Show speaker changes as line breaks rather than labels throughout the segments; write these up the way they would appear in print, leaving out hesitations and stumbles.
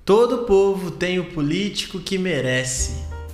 Todo povo tem o político que merece.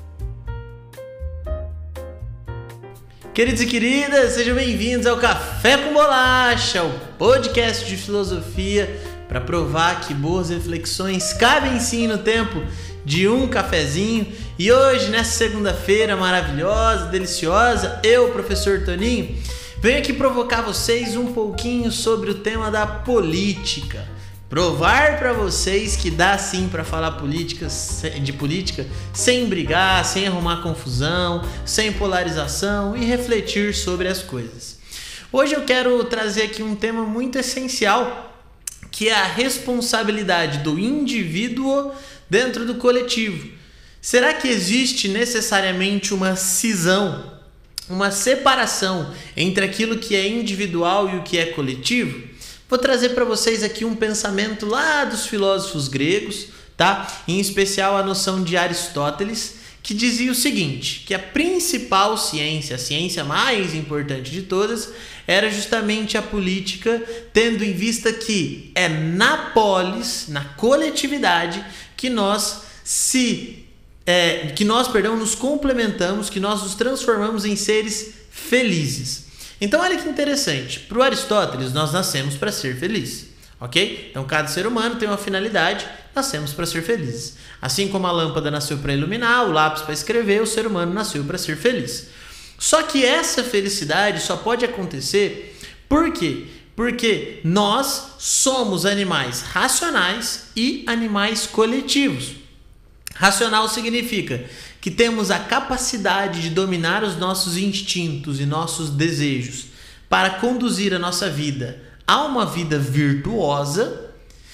Queridos e queridas, sejam bem-vindos ao Café com Bolacha, o podcast de filosofia para provar que boas reflexões cabem sim no tempo de um cafezinho. E hoje, nessa segunda-feira maravilhosa, deliciosa, eu, professor Toninho, venho aqui provocar vocês um pouquinho sobre o tema da política. Provar para vocês que dá sim para falar de política sem brigar, sem arrumar confusão, sem polarização e refletir sobre as coisas. Hoje eu quero trazer aqui um tema muito essencial, que é a responsabilidade do indivíduo dentro do coletivo. Será que existe necessariamente uma cisão, uma separação entre aquilo que é individual e o que é coletivo? Vou trazer para vocês aqui um pensamento lá dos filósofos gregos, tá? Em especial a noção de Aristóteles, que dizia o seguinte, que a principal ciência, a ciência mais importante de todas, era justamente a política, tendo em vista que é na polis, na coletividade, que nós nos complementamos, que nós nos transformamos em seres felizes. Então olha que interessante, para o Aristóteles nós nascemos para ser felizes, ok? Então cada ser humano tem uma finalidade, nascemos para ser felizes. Assim como a lâmpada nasceu para iluminar, o lápis para escrever, o ser humano nasceu para ser feliz. Só que essa felicidade só pode acontecer, por quê? Porque nós somos animais racionais e animais coletivos. Racional significa que temos a capacidade de dominar os nossos instintos e nossos desejos para conduzir a nossa vida a uma vida virtuosa,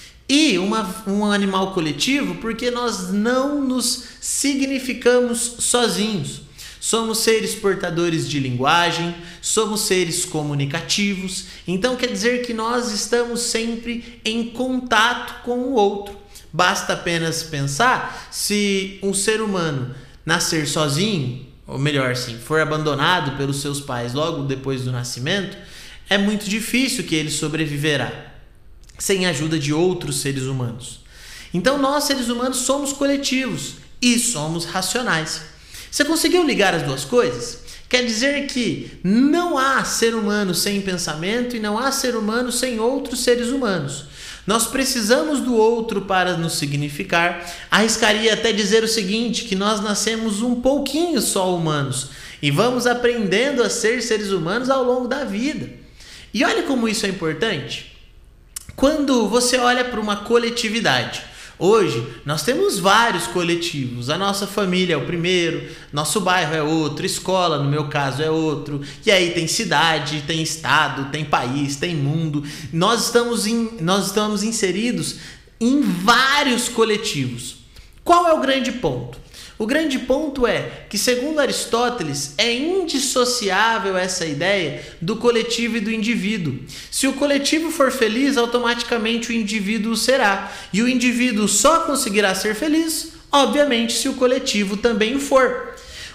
e um animal coletivo porque nós não nos significamos sozinhos. Somos seres portadores de linguagem, somos seres comunicativos, então quer dizer que nós estamos sempre em contato com o outro. Basta apenas pensar, se um ser humano nascer sozinho, ou melhor, sim, for abandonado pelos seus pais logo depois do nascimento, é muito difícil que ele sobreviverá sem a ajuda de outros seres humanos. Então nós, seres humanos, somos coletivos e somos racionais. Você conseguiu ligar as duas coisas? Quer dizer que não há ser humano sem pensamento e não há ser humano sem outros seres humanos. Nós precisamos do outro para nos significar. Arriscaria até dizer o seguinte, que nós nascemos um pouquinho só humanos e vamos aprendendo a ser seres humanos ao longo da vida. E olha como isso é importante. Quando você olha para uma coletividade, hoje nós temos vários coletivos, a nossa família é o primeiro, nosso bairro é outro, escola no meu caso é outro, e aí tem cidade, tem estado, tem país, tem mundo. Nós estamos inseridos em vários coletivos. Qual é o grande ponto? O grande ponto é que, segundo Aristóteles, é indissociável essa ideia do coletivo e do indivíduo. Se o coletivo for feliz, automaticamente o indivíduo será. E o indivíduo só conseguirá ser feliz, obviamente, se o coletivo também o for.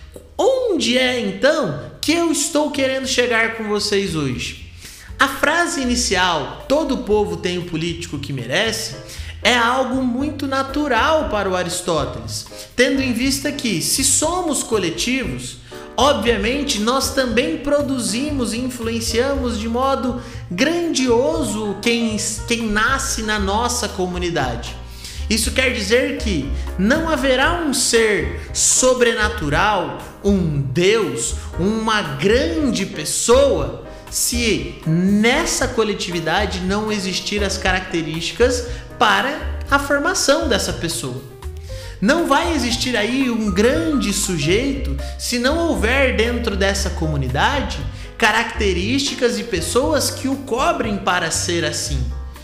Onde é, então, que eu estou querendo chegar com vocês hoje? A frase inicial, todo povo tem o político que merece, é algo muito natural para o Aristóteles, tendo em vista que, se somos coletivos, obviamente nós também produzimos e influenciamos de modo grandioso quem nasce na nossa comunidade. Isso quer dizer que não haverá um ser sobrenatural, um Deus, uma grande pessoa, se nessa coletividade não existir as características para a formação dessa pessoa. Não vai existir aí um grande sujeito se não houver dentro dessa comunidade características e pessoas que o cobrem para ser assim.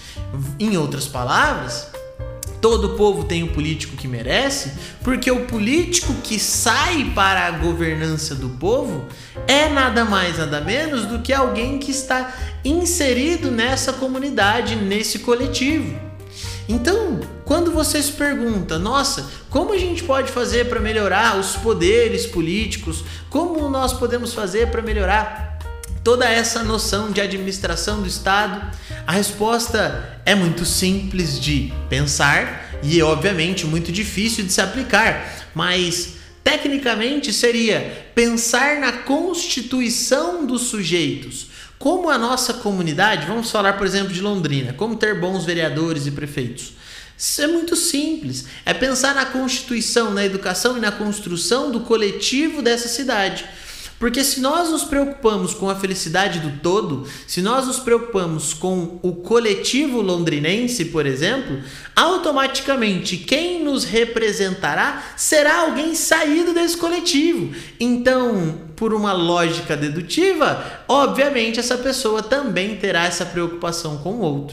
Em outras palavras, todo povo tem o político que merece, porque o político que sai para a governança do povo é nada mais, nada menos do que alguém que está inserido nessa comunidade, nesse coletivo. Então, quando você se pergunta, nossa, como a gente pode fazer para melhorar os poderes políticos? Como nós podemos fazer para melhorar toda essa noção de administração do Estado? A resposta é muito simples de pensar e obviamente muito difícil de se aplicar, mas tecnicamente seria pensar na constituição dos sujeitos. Como a nossa comunidade, vamos falar por exemplo de Londrina, como ter bons vereadores e prefeitos. Isso é muito simples, é pensar na constituição, na educação e na construção do coletivo dessa cidade. Porque se nós nos preocupamos com a felicidade do todo, se nós nos preocupamos com o coletivo londrinense, por exemplo, automaticamente quem nos representará será alguém saído desse coletivo. Então, por uma lógica dedutiva, obviamente essa pessoa também terá essa preocupação com o outro.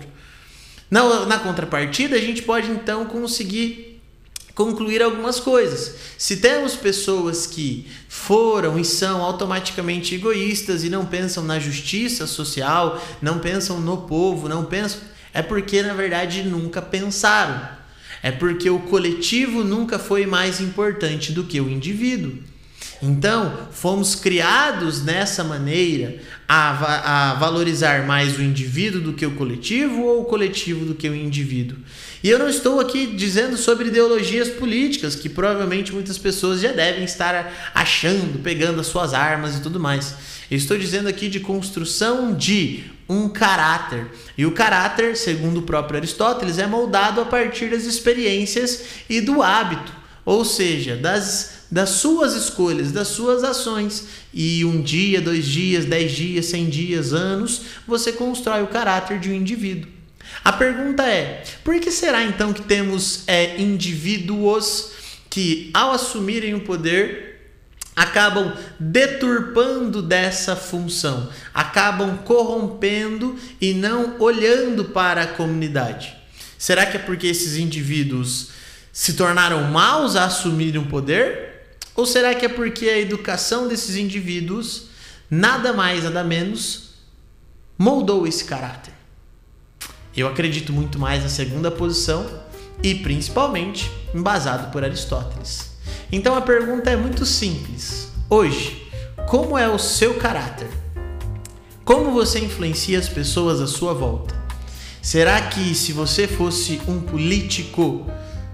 Na contrapartida, a gente pode então conseguir concluir algumas coisas. Se temos pessoas que foram e são automaticamente egoístas e não pensam na justiça social, não pensam no povo, não pensam, é porque na verdade nunca pensaram. É porque o coletivo nunca foi mais importante do que o indivíduo. Então, fomos criados nessa maneira a valorizar mais o indivíduo do que o coletivo ou o coletivo do que o indivíduo. E eu não estou aqui dizendo sobre ideologias políticas, que provavelmente muitas pessoas já devem estar achando, pegando as suas armas e tudo mais. Eu estou dizendo aqui de construção de um caráter. E o caráter, segundo o próprio Aristóteles, é moldado a partir das experiências e do hábito. Ou seja, das suas escolhas, das suas ações. E 1 dia, 2 dias, 10 dias, 100 dias, anos, você constrói o caráter de um indivíduo. A pergunta é, por que será então que temos indivíduos que, ao assumirem o poder, acabam deturpando dessa função, acabam corrompendo e não olhando para a comunidade? Será que é porque esses indivíduos se tornaram maus a assumirem o poder? Ou será que é porque a educação desses indivíduos, nada mais, nada menos, moldou esse caráter? Eu acredito muito mais na segunda posição e principalmente embasado por Aristóteles. Então a pergunta é muito simples. Hoje, como é o seu caráter? Como você influencia as pessoas à sua volta? Será que se você fosse um político,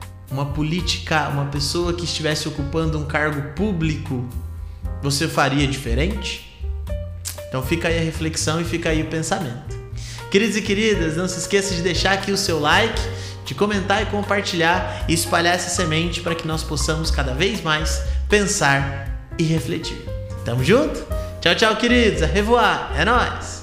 uma pessoa que estivesse ocupando um cargo público, você faria diferente? Então fica aí a reflexão e fica aí o pensamento. Queridos e queridas, não se esqueça de deixar aqui o seu like, de comentar e compartilhar e espalhar essa semente para que nós possamos cada vez mais pensar e refletir. Tamo junto? Tchau, tchau, queridos. A revoar. É nóis!